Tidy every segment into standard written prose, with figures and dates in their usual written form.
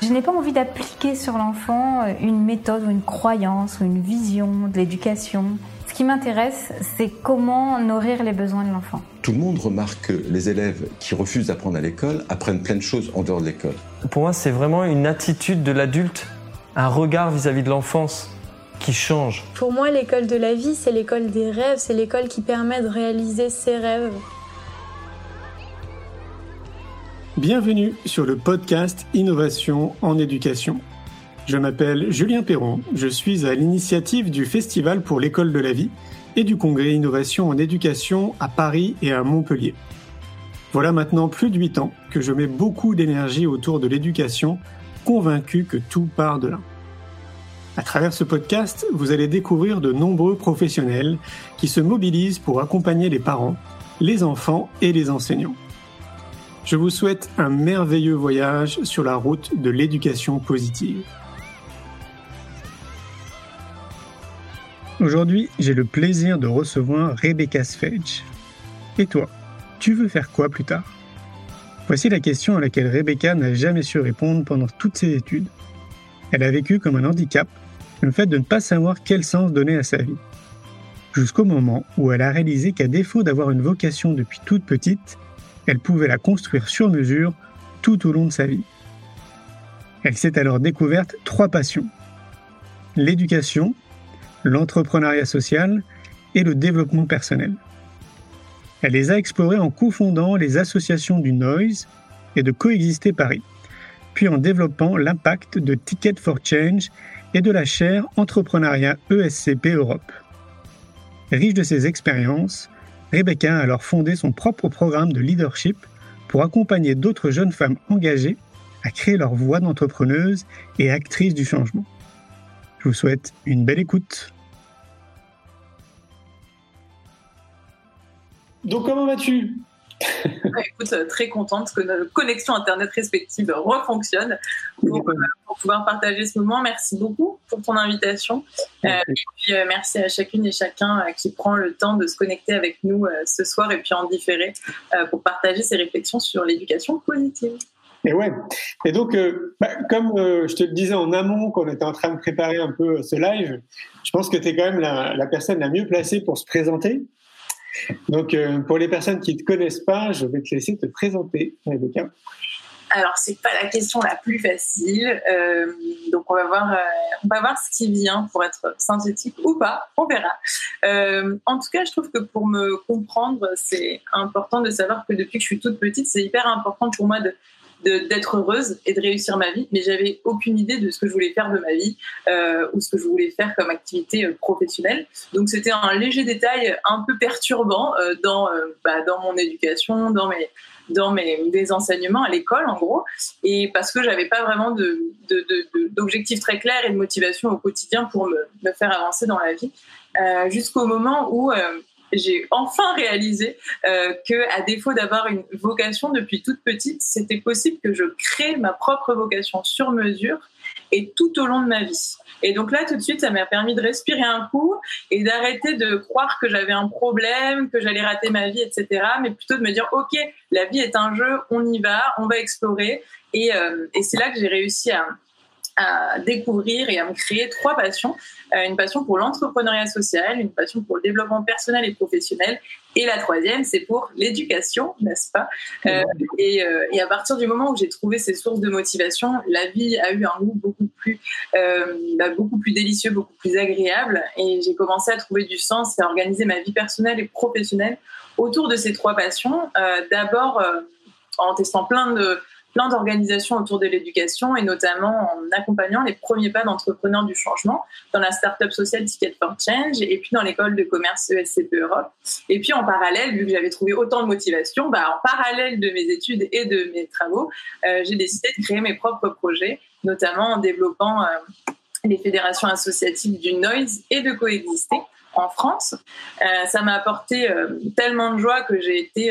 Je n'ai pas envie d'appliquer sur l'enfant une méthode ou une croyance ou une vision de l'éducation. Ce qui m'intéresse, c'est comment nourrir les besoins de l'enfant. Tout le monde remarque que les élèves qui refusent d'apprendre à l'école apprennent plein de choses en dehors de l'école. Pour moi, c'est vraiment une attitude de l'adulte, un regard vis-à-vis de l'enfance qui change. Pour moi, l'école de la vie, c'est l'école des rêves, c'est l'école qui permet de réaliser ses rêves. Bienvenue sur le podcast Innovation en éducation. Je m'appelle Julien Perron, je suis à l'initiative du Festival pour l'école de la vie et du Congrès Innovation en éducation à Paris et à Montpellier. Voilà maintenant plus de 8 ans que je mets beaucoup d'énergie autour de l'éducation, convaincu que tout part de là. À travers ce podcast, vous allez découvrir de nombreux professionnels qui se mobilisent pour accompagner les parents, les enfants et les enseignants. Je vous souhaite un merveilleux voyage sur la route de l'éducation positive. Aujourd'hui, j'ai le plaisir de recevoir Rebecca Sfage. Et toi, tu veux faire quoi plus tard ? Voici la question à laquelle Rebecca n'a jamais su répondre pendant toutes ses études. Elle a vécu comme un handicap, le fait de ne pas savoir quel sens donner à sa vie. Jusqu'au moment où elle a réalisé qu'à défaut d'avoir une vocation depuis toute petite, elle pouvait la construire sur mesure tout au long de sa vie. Elle s'est alors découverte 3 passions. L'éducation, l'entrepreneuriat social et le développement personnel. Elle les a explorées en cofondant les associations du Noise et de Coexister Paris, puis en développant l'impact de Ticket for Change et de la chaire Entrepreneuriat ESCP Europe. Riche de ses expériences, Rebecca a alors fondé son propre programme de leadership pour accompagner d'autres jeunes femmes engagées à créer leur voie d'entrepreneuse et actrice du changement. Je vous souhaite une belle écoute. Donc, comment vas-tu ? Écoute, très contente que notre connexion Internet respective refonctionne pour pouvoir partager ce moment. Merci beaucoup pour ton invitation. Et puis, merci à chacune et chacun qui prend le temps de se connecter avec nous ce soir et puis en différé pour partager ses réflexions sur l'éducation positive. Et ouais. Et donc, comme je te le disais en amont, qu'on était en train de préparer un peu ce live, je pense que tu es quand même la personne la mieux placée pour se présenter. Donc, pour les personnes qui ne te connaissent pas, je vais te laisser te présenter, Rebecca. Alors, c'est pas la question la plus facile. Donc, on va voir ce qui vient pour être synthétique ou pas. On verra. En tout cas, je trouve que pour me comprendre, c'est important de savoir que depuis que je suis toute petite, c'est hyper important pour moi d'être heureuse et de réussir ma vie, mais j'avais aucune idée de ce que je voulais faire de ma vie ou ce que je voulais faire comme activité professionnelle. Donc c'était un léger détail un peu perturbant dans mon éducation, dans mes enseignements à l'école en gros, et parce que j'avais pas vraiment d'objectifs très clairs et de motivation au quotidien pour me faire avancer dans la vie, jusqu'au moment où j'ai enfin réalisé que, à défaut d'avoir une vocation depuis toute petite, c'était possible que je crée ma propre vocation sur mesure et tout au long de ma vie. Et donc là, tout de suite, ça m'a permis de respirer un coup et d'arrêter de croire que j'avais un problème, que j'allais rater ma vie, etc. Mais plutôt de me dire, OK, la vie est un jeu, on y va, on va explorer. Et c'est là que j'ai réussi à découvrir et à me créer 3 passions. Une passion pour l'entrepreneuriat social, une passion pour le développement personnel et professionnel, et la 3e, c'est pour l'éducation, n'est-ce pas ? Et à partir du moment où j'ai trouvé ces sources de motivation, la vie a eu un goût beaucoup plus délicieux, beaucoup plus agréable, et j'ai commencé à trouver du sens et à organiser ma vie personnelle et professionnelle autour de ces 3 passions. D'abord, en testant plein d'organisations autour de l'éducation et notamment en accompagnant les premiers pas d'entrepreneurs du changement dans la start-up sociale Ticket for Change et puis dans l'école de commerce ESCP Europe. Et puis en parallèle, vu que j'avais trouvé autant de motivation, en parallèle de mes études et de mes travaux, j'ai décidé de créer mes propres projets, notamment en développant les fédérations associatives du Noise et de Coexister en France. Ça m'a apporté tellement de joie que j'ai été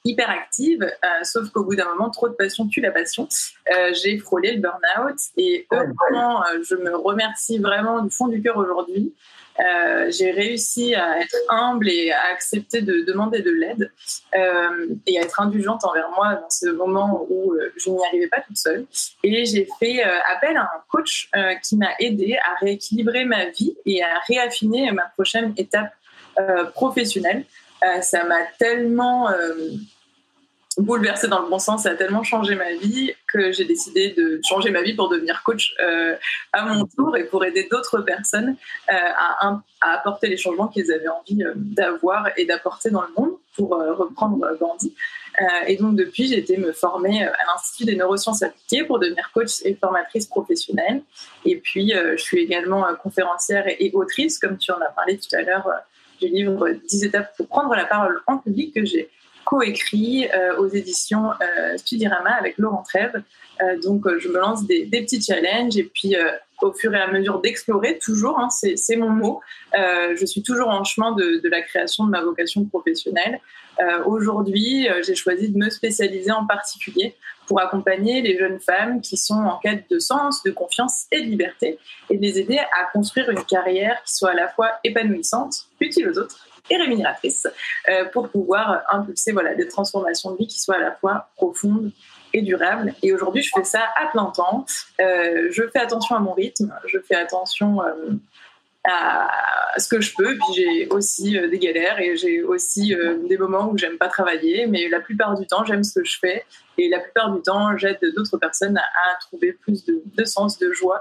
hyper active, sauf qu'au bout d'un moment, trop de passion tue la passion. J'ai frôlé le burn-out et heureusement, je me remercie vraiment du fond du cœur aujourd'hui. J'ai réussi à être humble et à accepter de demander de l'aide et à être indulgente envers moi dans ce moment où je n'y arrivais pas toute seule. Et j'ai fait appel à un coach qui m'a aidée à rééquilibrer ma vie et à réaffiner ma prochaine étape professionnelle. Ça m'a tellement bouleversée dans le bon sens, ça a tellement changé ma vie que j'ai décidé de changer ma vie pour devenir coach à mon tour et pour aider d'autres personnes à apporter les changements qu'ils avaient envie d'avoir et d'apporter dans le monde pour reprendre Gandhi. Et donc depuis, j'ai été me former à l'Institut des neurosciences appliquées pour devenir coach et formatrice professionnelle. Et puis, je suis également conférencière et autrice, comme tu en as parlé tout à l'heure, du livre 10 étapes pour prendre la parole en public que j'ai coécrit aux éditions Studirama avec Laurent Trèves. Donc, je me lance des petits challenges et puis au fur et à mesure d'explorer, toujours, hein, c'est mon mot, je suis toujours en chemin de la création de ma vocation professionnelle. Aujourd'hui, j'ai choisi de me spécialiser en particulier pour accompagner les jeunes femmes qui sont en quête de sens, de confiance et de liberté et de les aider à construire une carrière qui soit à la fois épanouissante, utile aux autres et rémunératrice pour pouvoir impulser des transformations de vie qui soient à la fois profondes et durables. Et aujourd'hui, je fais ça à plein temps. Je fais attention à mon rythme, je fais attention à ce que je peux. Puis j'ai aussi des galères et j'ai aussi des moments où j'aime pas travailler, mais la plupart du temps, j'aime ce que je fais. Et la plupart du temps, j'aide d'autres personnes à trouver plus de sens, de joie.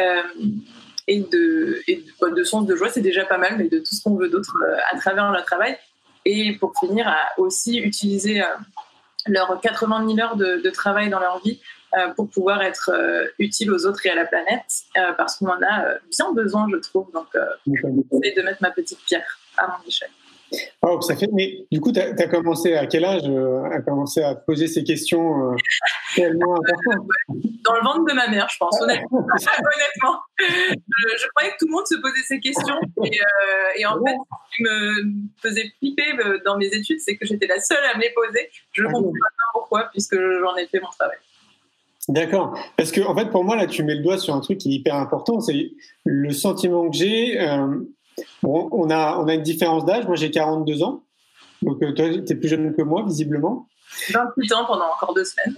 Et de sens de joie, c'est déjà pas mal, mais de tout ce qu'on veut d'autre à travers le travail. Et pour finir, à aussi utiliser leurs 80 000 heures de travail dans leur vie pour pouvoir être utile aux autres et à la planète, parce qu'on en a bien besoin, je trouve. Donc, j'essaie de mettre ma petite pierre à mon échelle. Oh, ça fait. Mais du coup, tu as commencé à quel âge à commencer à te poser ces questions tellement importantes? Dans le ventre de ma mère, je pense, honnêtement. Honnêtement. Je croyais que tout le monde se posait ces questions. Et en fait, ce qui me faisait flipper dans mes études, c'est que j'étais la seule à me les poser. Je ne comprends pas pourquoi, puisque j'en ai fait mon travail. D'accord. Parce que, en fait, pour moi, là, tu mets le doigt sur un truc qui est hyper important. C'est le sentiment que j'ai. Bon, on a une différence d'âge. Moi, j'ai 42 ans. Donc, toi, tu es plus jeune que moi, visiblement. 28 ans pendant encore 2 semaines.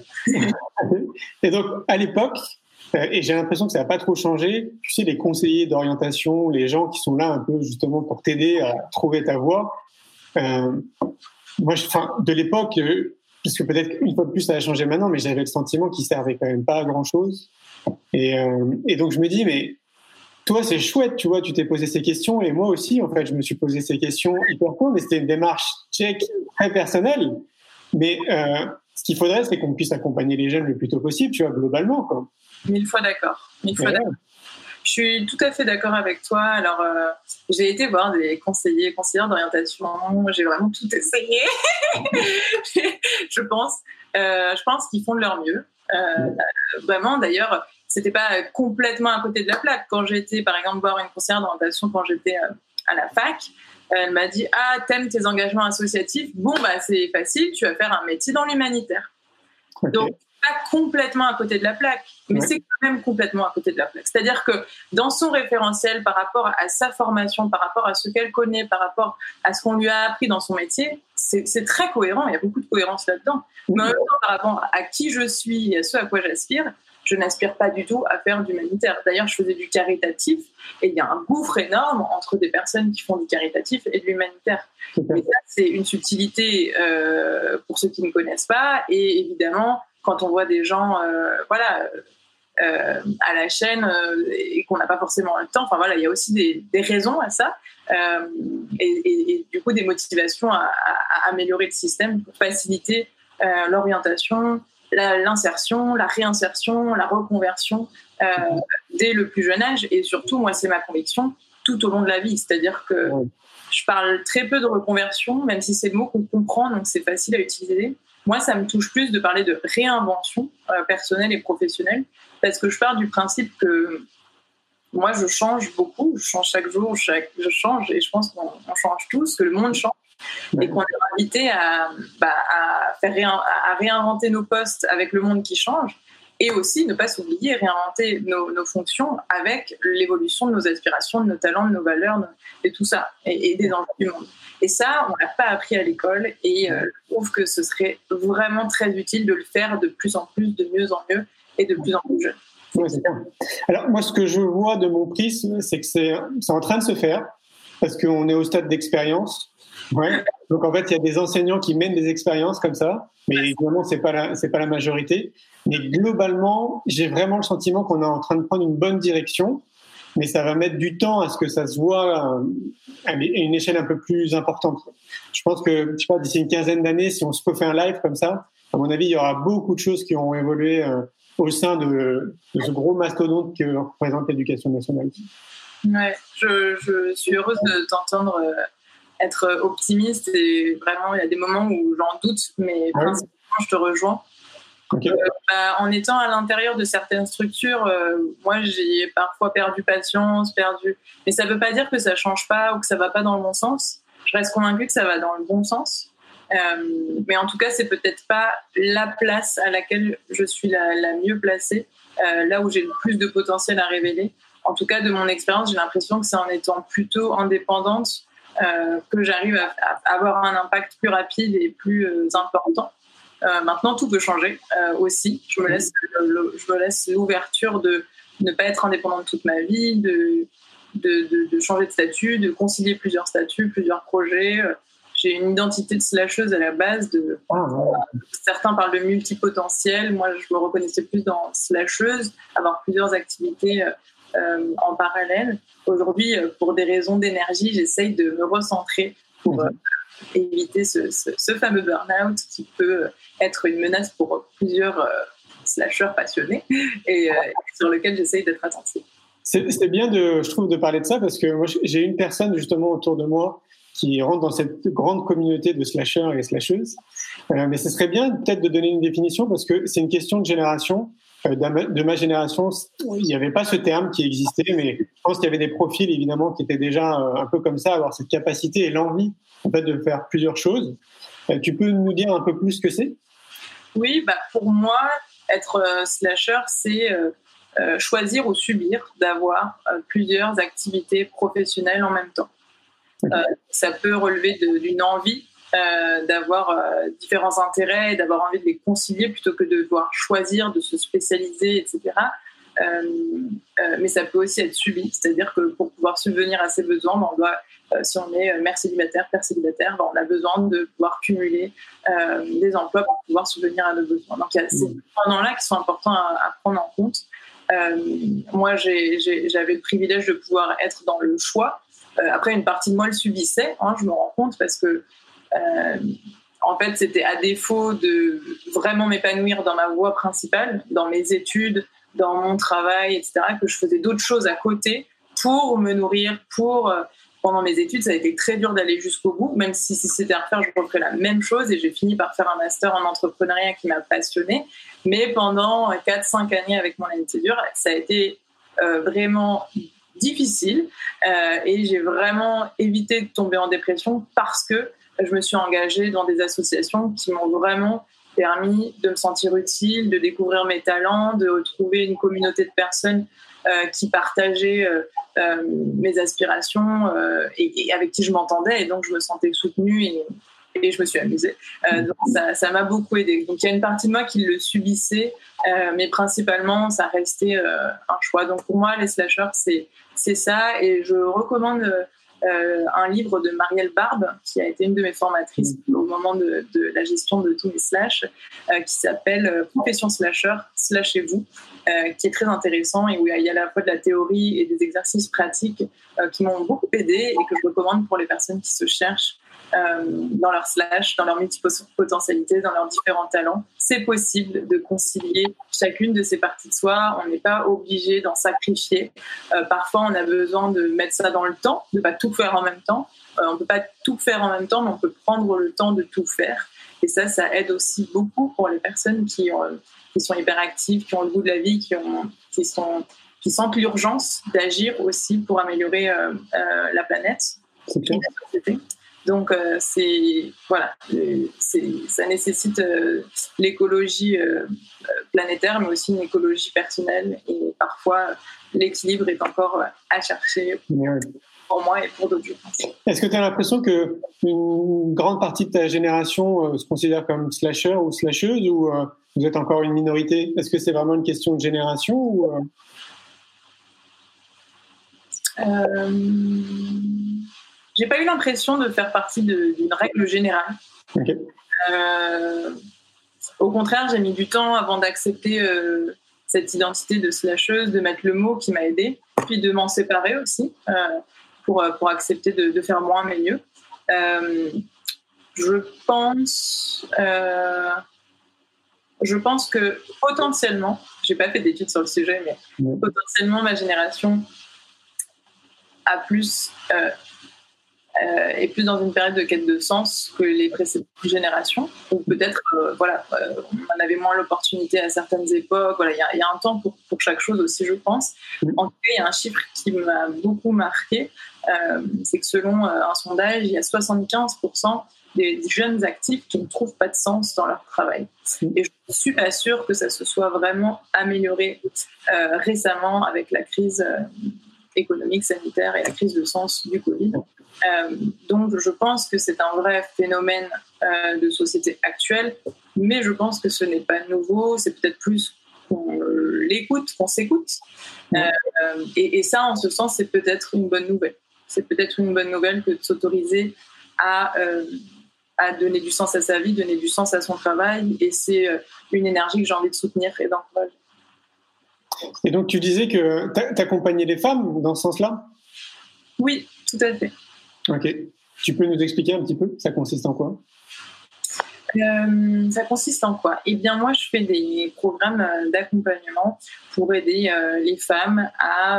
Et donc, à l'époque, et j'ai l'impression que ça n'a pas trop changé, tu sais, les conseillers d'orientation, les gens qui sont là un peu justement pour t'aider à trouver ta voie, moi, de l'époque, puisque peut-être une fois de plus ça a changé maintenant, mais j'avais le sentiment qu'ils servaient quand même pas à grand-chose. Et donc, je me dis, mais toi, c'est chouette, tu vois, tu t'es posé ces questions, et moi aussi, en fait, je me suis posé ces questions hyper cool, mais c'était une démarche très personnelle. Mais ce qu'il faudrait, c'est qu'on puisse accompagner les jeunes le plus tôt possible, tu vois, globalement, quoi. 1000 fois d'accord. 1000 fois d'accord. Je suis tout à fait d'accord avec toi. Alors, j'ai été voir des conseillères d'orientation. J'ai vraiment tout essayé. Je pense qu'ils font de leur mieux. Vraiment, d'ailleurs, c'était pas complètement à côté de la plaque. Quand j'étais, par exemple, voir une conseillère d'orientation quand j'étais à la fac, elle m'a dit « Ah, t'aimes tes engagements associatifs? Bon, bah, c'est facile, tu vas faire un métier dans l'humanitaire. Okay. » Donc, pas complètement à côté de la plaque, mais c'est quand même complètement à côté de la plaque. C'est-à-dire que dans son référentiel, par rapport à sa formation, par rapport à ce qu'elle connaît, par rapport à ce qu'on lui a appris dans son métier, c'est très cohérent, il y a beaucoup de cohérence là-dedans. Mais en même temps, par rapport à qui je suis et à ce à quoi j'aspire, je n'aspire pas du tout à faire d'humanitaire. D'ailleurs, je faisais du caritatif et il y a un gouffre énorme entre des personnes qui font du caritatif et de l'humanitaire. Mais ça, c'est une subtilité pour ceux qui ne connaissent pas. Et évidemment, quand on voit des gens à la chaîne et qu'on n'a pas forcément le temps, enfin voilà, il y a aussi des raisons à ça et du coup des motivations à améliorer le système pour faciliter l'orientation, l'insertion, la réinsertion, la reconversion dès le plus jeune âge. Et surtout, moi, c'est ma conviction, tout au long de la vie. C'est-à-dire que je parle très peu de reconversion, même si c'est le mot qu'on comprend, donc c'est facile à utiliser. Moi, ça me touche plus de parler de réinvention personnelle et professionnelle, parce que je pars du principe que moi, je change beaucoup, je change chaque jour, je change, et je pense qu'on change tous, que le monde change. et qu'on est invité à réinventer nos postes avec le monde qui change, et aussi ne pas s'oublier, réinventer nos fonctions avec l'évolution de nos aspirations, de nos talents, de nos valeurs, et tout ça, et des enjeux du monde. Et ça, on l'a pas appris à l'école, et je trouve que ce serait vraiment très utile de le faire de plus en plus, de mieux en mieux, et de plus en plus jeune. Oui, c'est bien. Alors moi, ce que je vois de mon prisme, c'est que c'est en train de se faire, parce qu'on est au stade d'expérience. Ouais. Donc en fait, il y a des enseignants qui mènent des expériences comme ça, mais évidemment, c'est pas la majorité. Mais globalement, j'ai vraiment le sentiment qu'on est en train de prendre une bonne direction, mais ça va mettre du temps à ce que ça se voit à une échelle un peu plus importante. Je pense que, je sais pas, d'ici une quinzaine d'années, si on se refait un live comme ça, à mon avis, il y aura beaucoup de choses qui ont évolué au sein de ce gros mastodonte que représente l'éducation nationale. Ouais, je suis heureuse de t'entendre être optimiste, et vraiment, il y a des moments où j'en doute, mais principalement, je te rejoins. Okay. En étant à l'intérieur de certaines structures, moi, j'ai parfois perdu patience, mais ça ne veut pas dire que ça ne change pas ou que ça ne va pas dans le bon sens. Je reste convaincue que ça va dans le bon sens. Mais en tout cas, c'est peut-être pas la place à laquelle je suis la mieux placée, là où j'ai le plus de potentiel à révéler. En tout cas, de mon expérience, j'ai l'impression que c'est en étant plutôt indépendante que j'arrive à avoir un impact plus rapide et plus important. Maintenant, tout peut changer aussi. Je me laisse l'ouverture de ne pas être indépendante toute ma vie, de changer de statut, de concilier plusieurs statuts, plusieurs projets. J'ai une identité de slasheuse à la base. Certains parlent de multipotentiel. Moi, je me reconnaissais plus dans slasheuse, avoir plusieurs activités en parallèle. Aujourd'hui, pour des raisons d'énergie, j'essaye de me recentrer pour éviter ce fameux burn-out qui peut être une menace pour plusieurs slasheurs passionnés et sur lequel j'essaye d'être attentive. C'est bien, je trouve, de parler de ça, parce que moi, j'ai une personne justement autour de moi qui rentre dans cette grande communauté de slasheurs et slasheuses. Mais ce serait bien peut-être de donner une définition, parce que c'est une question de génération. De ma génération, il n'y avait pas ce terme qui existait, mais je pense qu'il y avait des profils évidemment qui étaient déjà un peu comme ça, avoir cette capacité et l'envie en fait de faire plusieurs choses. Tu peux nous dire un peu plus ce que c'est ? Oui, pour moi, être slasher, c'est choisir ou subir d'avoir plusieurs activités professionnelles en même temps. Ça peut relever d'une envie d'avoir différents intérêts et d'avoir envie de les concilier plutôt que de devoir choisir, de se spécialiser, etc. Mais ça peut aussi être subi, c'est-à-dire que pour pouvoir subvenir à ses besoins, on doit, si on est mère célibataire, père célibataire, on a besoin de pouvoir cumuler des emplois pour pouvoir subvenir à nos besoins. Donc il y a ces pendant-là qui sont importants à prendre en compte. Moi, j'avais le privilège de pouvoir être dans le choix. Après, une partie de moi le subissait, je me rends compte, parce que en fait, c'était à défaut de vraiment m'épanouir dans ma voie principale, dans mes études, dans mon travail, etc., que je faisais d'autres choses à côté pour me nourrir, pendant mes études, ça a été très dur d'aller jusqu'au bout, même si c'était à refaire, je referais la même chose, et j'ai fini par faire un master en entrepreneuriat qui m'a passionnée. Mais pendant 4-5 années avec mon année de césure, ça a été vraiment difficile, et j'ai vraiment évité de tomber en dépression parce que je me suis engagée dans des associations qui m'ont vraiment permis de me sentir utile, de découvrir mes talents, de retrouver une communauté de personnes qui partageaient mes aspirations et avec qui je m'entendais, et donc je me sentais soutenue et je me suis amusée. Donc ça m'a beaucoup aidée. Donc il y a une partie de moi qui le subissait, mais principalement ça restait un choix. Donc pour moi, les slashers, c'est ça, et je recommande un livre de Marielle Barbe, qui a été une de mes formatrices au moment de la gestion de tous mes slashs, qui s'appelle Profession Slasher, Slashez-vous, qui est très intéressant et où il y a à la fois de la théorie et des exercices pratiques qui m'ont beaucoup aidée et que je recommande pour les personnes qui se cherchent dans leur slash, dans leur multipotentialité, dans leurs différents talents. C'est possible de concilier chacune de ces parties de soi. On n'est pas obligé d'en sacrifier. Parfois, on a besoin de mettre ça dans le temps, de ne pas tout faire en même temps. On ne peut pas tout faire en même temps, mais on peut prendre le temps de tout faire. Et ça aide aussi beaucoup pour les personnes qui sont hyperactives, qui ont le goût de la vie, qui sentent l'urgence d'agir aussi pour améliorer la planète et la société. Donc ça nécessite l'écologie planétaire, mais aussi une écologie personnelle. Et parfois, l'équilibre est encore à chercher pour moi et pour d'autres, je pense. Est-ce que tu as l'impression qu'une grande partie de ta génération se considère comme slasher ou slasheuse, ou vous êtes encore une minorité? Est-ce que c'est vraiment une question de génération ou J'ai pas eu l'impression de faire partie d'une règle générale. Okay. Au contraire, j'ai mis du temps avant d'accepter cette identité de slasheuse, de mettre le mot qui m'a aidée, puis de m'en séparer aussi pour accepter de faire moins mais mieux. Je pense que potentiellement, j'ai pas fait d'études sur le sujet, mais potentiellement ma génération a plus est plus dans une période de quête de sens que les précédentes générations, ou peut-être on en avait moins l'opportunité à certaines époques. Voilà, il y a un temps pour chaque chose aussi, je pense. En tout cas, il y a un chiffre qui m'a beaucoup marqué, c'est que selon un sondage, il y a 75% des jeunes actifs qui ne trouvent pas de sens dans leur travail. Et je ne suis pas sûre que ça se soit vraiment amélioré récemment avec la crise économique, sanitaire et la crise de sens du Covid. Donc je pense que c'est un vrai phénomène de société actuelle, mais je pense que ce n'est pas nouveau, c'est peut-être plus qu'on l'écoute, qu'on s'écoute. Et ça, en ce sens, c'est peut-être une bonne nouvelle. C'est peut-être une bonne nouvelle que de s'autoriser à donner du sens à sa vie, donner du sens à son travail, et c'est une énergie que j'ai envie de soutenir et d'encourager. Et donc tu disais que tu accompagnais les femmes dans ce sens-là ? Oui, tout à fait. Ok. Tu peux nous expliquer un petit peu, ça consiste en quoi ? Ça consiste en quoi ? Eh bien, moi, je fais des programmes d'accompagnement pour aider les femmes à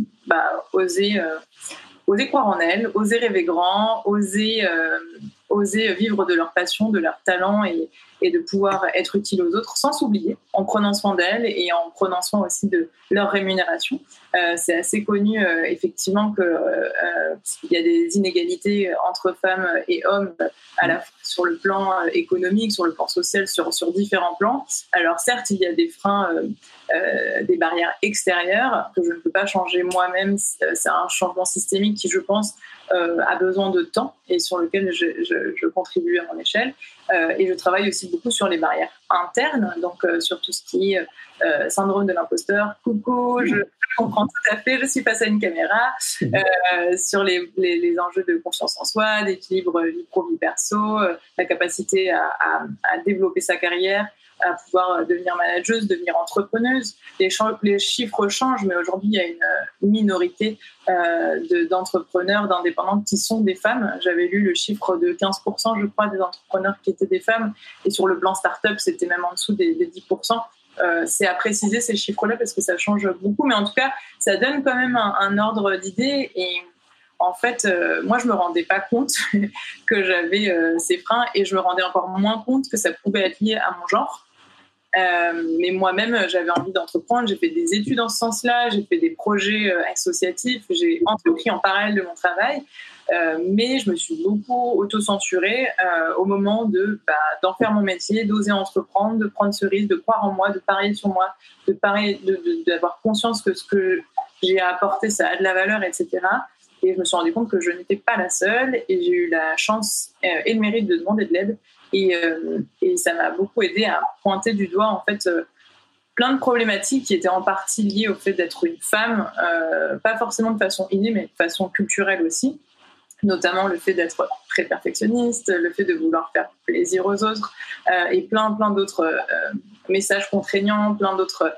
oser croire en elles, oser rêver grand, oser vivre de leur passion, de leur talent et de pouvoir être utile aux autres sans s'oublier, en prenant soin d'elles et en prenant soin aussi de leur rémunération. C'est assez connu, effectivement, qu'il y a des inégalités entre femmes et hommes, à la fois sur le plan économique, sur le plan social, sur différents plans. Alors certes, il y a des freins, des barrières extérieures que je ne peux pas changer moi-même. C'est un changement systémique qui, je pense, a besoin de temps et sur lequel je contribue à mon échelle. Et je travaille aussi beaucoup sur les barrières internes, donc sur tout ce qui est syndrome de l'imposteur. Coucou, je comprends tout à fait, je suis face à une caméra. Sur les enjeux de confiance en soi, d'équilibre vie pro, vie perso, la capacité à développer sa carrière, à pouvoir devenir manageuse, devenir entrepreneuse. Les chiffres changent, mais aujourd'hui, il y a une minorité d'entrepreneurs, d'indépendantes qui sont des femmes. J'avais lu le chiffre de 15%, je crois, des entrepreneurs qui étaient des femmes. Et sur le plan start-up, c'était même en dessous des 10%. C'est à préciser ces chiffres-là parce que ça change beaucoup. Mais en tout cas, ça donne quand même un ordre d'idée. Et en fait, moi, je me rendais pas compte que j'avais ces freins et je me rendais encore moins compte que ça pouvait être lié à mon genre. Mais moi-même, j'avais envie d'entreprendre. J'ai fait des études en ce sens-là, j'ai fait des projets associatifs, j'ai entrepris en parallèle de mon travail, mais je me suis beaucoup auto-censurée au moment d'en faire mon métier, d'oser entreprendre, de prendre ce risque, de croire en moi, de parier sur moi, d'avoir conscience que ce que j'ai à apporter, ça a de la valeur, etc. Et je me suis rendu compte que je n'étais pas la seule et j'ai eu la chance et le mérite de demander de l'aide. Et ça m'a beaucoup aidé à pointer du doigt en fait plein de problématiques qui étaient en partie liées au fait d'être une femme, pas forcément de façon innée, mais de façon culturelle aussi, notamment le fait d'être très perfectionniste, le fait de vouloir faire plaisir aux autres, et plein d'autres messages contraignants, plein d'autres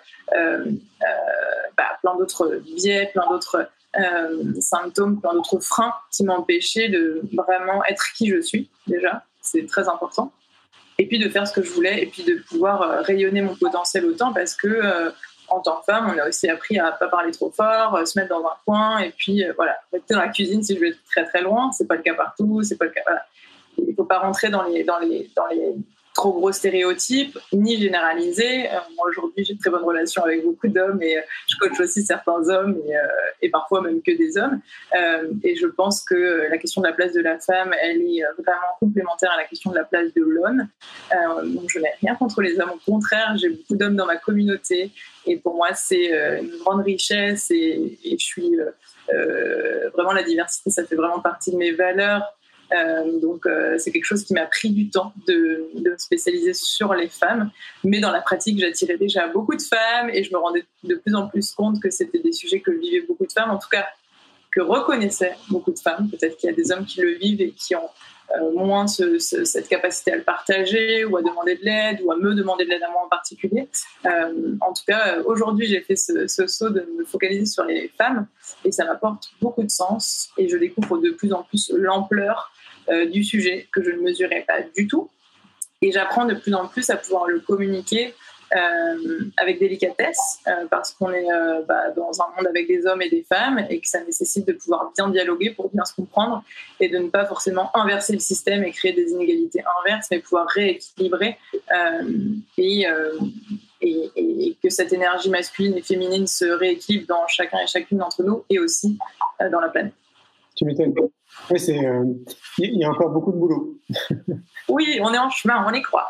biais, plein d'autres symptômes, plein d'autres freins qui m'empêchaient de vraiment être qui je suis déjà. C'est très important. Et puis de faire ce que je voulais et puis de pouvoir rayonner mon potentiel autant parce que en tant que femme, on a aussi appris à pas parler trop fort, se mettre dans un coin et puis rester dans la cuisine si je vais très très loin. C'est pas le cas partout, c'est pas le cas. Voilà. Il faut pas rentrer dans les trop gros stéréotypes, ni généraliser. Moi, aujourd'hui, j'ai de très bonnes relations avec beaucoup d'hommes et je coach aussi certains hommes et parfois même que des hommes. Et je pense que la question de la place de la femme, elle est vraiment complémentaire à la question de la place de l'homme. Donc, je n'ai rien contre les hommes. Au contraire, j'ai beaucoup d'hommes dans ma communauté et pour moi, c'est une grande richesse et je suis vraiment la diversité, ça fait vraiment partie de mes valeurs. Donc c'est quelque chose qui m'a pris du temps de me spécialiser sur les femmes, mais dans la pratique j'attirais déjà beaucoup de femmes et je me rendais de plus en plus compte que c'était des sujets que vivaient beaucoup de femmes, en tout cas que reconnaissaient beaucoup de femmes. Peut-être qu'il y a des hommes qui le vivent et qui ont moins cette capacité à le partager ou à demander de l'aide ou à me demander de l'aide à moi en particulier. En tout cas, aujourd'hui, j'ai fait ce saut de me focaliser sur les femmes et ça m'apporte beaucoup de sens et je découvre de plus en plus l'ampleur du sujet que je ne mesurais pas du tout et j'apprends de plus en plus à pouvoir le communiquer avec délicatesse parce qu'on est dans un monde avec des hommes et des femmes et que ça nécessite de pouvoir bien dialoguer pour bien se comprendre et de ne pas forcément inverser le système et créer des inégalités inverses, mais pouvoir rééquilibrer et que cette énergie masculine et féminine se rééquilibre dans chacun et chacune d'entre nous et aussi dans la planète. Tu m'étonnes. Oui, il y a encore beaucoup de boulot. Oui, on est en chemin, on y croit.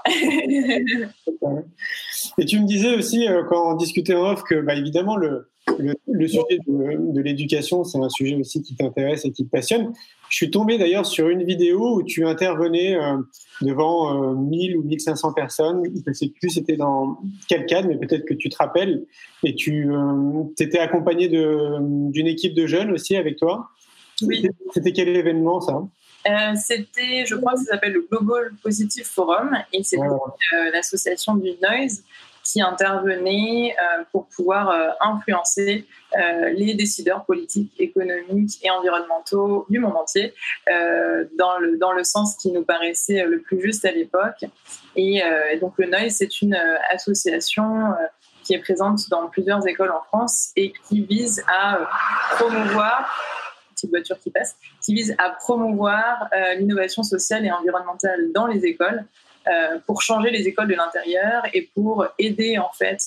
Et tu me disais aussi, quand on discutait en off, que évidemment, le sujet de l'éducation, c'est un sujet aussi qui t'intéresse et qui te passionne. Je suis tombé d'ailleurs sur une vidéo où tu intervenais devant 1000 ou 1500 personnes. Je ne sais plus c'était dans quel cadre, mais peut-être que tu te rappelles. Et tu étais accompagné d'une équipe de jeunes aussi avec toi. Oui. C'était quel événement, ça ? C'était, je crois que ça s'appelle le Global Positive Forum et c'est l'association du Noise qui intervenait pour pouvoir influencer les décideurs politiques, économiques et environnementaux du monde entier dans le sens qui nous paraissait le plus juste à l'époque. Et donc le Noise, c'est une association qui est présente dans plusieurs écoles en France et qui vise à promouvoir petite voiture qui vise à promouvoir l'innovation sociale et environnementale dans les écoles pour changer les écoles de l'intérieur et pour aider en fait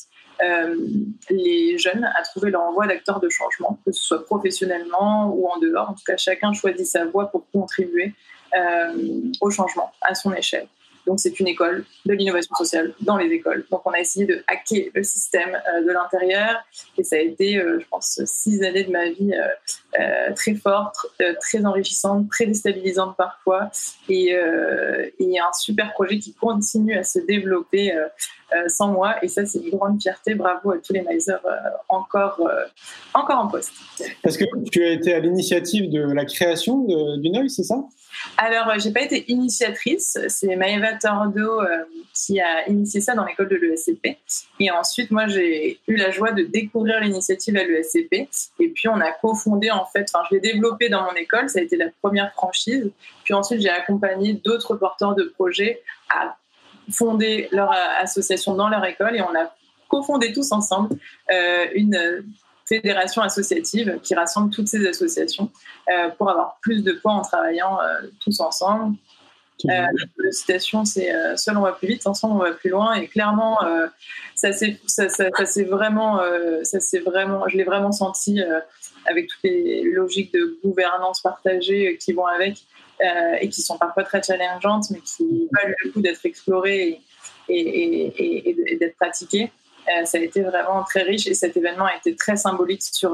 les jeunes à trouver leur voie d'acteur de changement, que ce soit professionnellement ou en dehors. En tout cas, chacun choisit sa voie pour contribuer au changement à son échelle. Donc, c'est une école de l'innovation sociale dans les écoles. Donc, on a essayé de hacker le système de l'intérieur. Et ça a été, je pense, 6 années de ma vie très fortes, très enrichissantes, très déstabilisantes parfois. Et un super projet qui continue à se développer sans moi. Et ça, c'est une grande fierté. Bravo à tous les Misers encore en poste. Parce que tu as été à l'initiative de la création du Noise, c'est ça ? Alors, j'ai pas été initiatrice. C'est Maëva Tordo qui a initié ça dans l'école de l'ESCP. Et ensuite, moi, j'ai eu la joie de découvrir l'initiative à l'ESCP. Et puis, on a cofondé, en fait, je l'ai développé dans mon école. Ça a été la première franchise. Puis ensuite, j'ai accompagné d'autres porteurs de projets à fonder leur association dans leur école. Et on a cofondé tous ensemble une fédération associative qui rassemble toutes ces associations pour avoir plus de poids en travaillant tous ensemble. La citation, c'est seul on va plus vite, ensemble on va plus loin. Et clairement, ça c'est vraiment, je l'ai vraiment senti avec toutes les logiques de gouvernance partagée qui vont avec et qui sont parfois très challengeantes, mais qui valent le coup d'être explorées et d'être pratiquées. Ça a été vraiment très riche et cet événement a été très symbolique sur